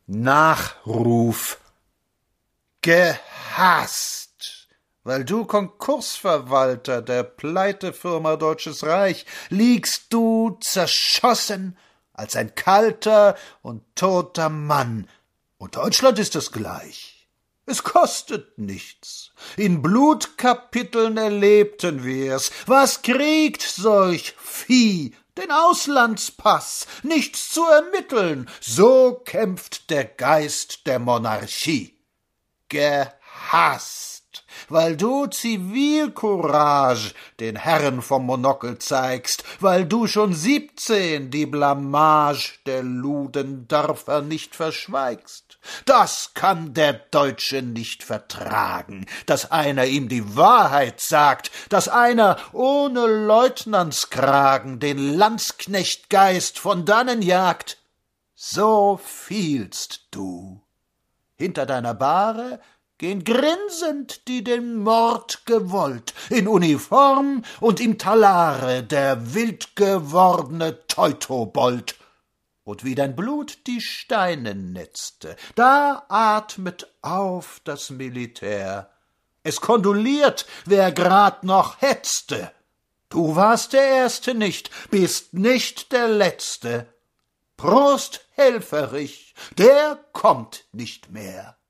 Nachruf. Gehasst, weil du Konkursverwalter der Pleitefirma Deutsches Reich liegst du zerschossen als ein kalter und toter Mann. Und Deutschland ist es gleich. Es kostet nichts. In Blutkapiteln erlebten wir's. Was kriegt solch Vieh? Den Auslandspass, nichts zu ermitteln. So kämpft der Geist der Monarchie. Gehasst, weil du Zivilcourage den Herren vom Monokel zeigst, weil du schon 17 die Blamage der Ludendorfer nicht verschweigst. Das kann der Deutsche nicht vertragen, dass einer ihm die Wahrheit sagt, dass einer ohne Leutnantskragen den Landsknechtgeist von dannen jagt. So fielst du. Hinter deiner Bahre gehen grinsend die den Mord gewollt, in Uniform und im Talare der wild gewordene Teutobold. Und wie dein Blut die Steine netzte, da atmet auf das Militär. Es kondoliert, wer grad noch hetzte. Du warst der Erste nicht, bist nicht der Letzte. Prost, Helfferich, der kommt nicht mehr.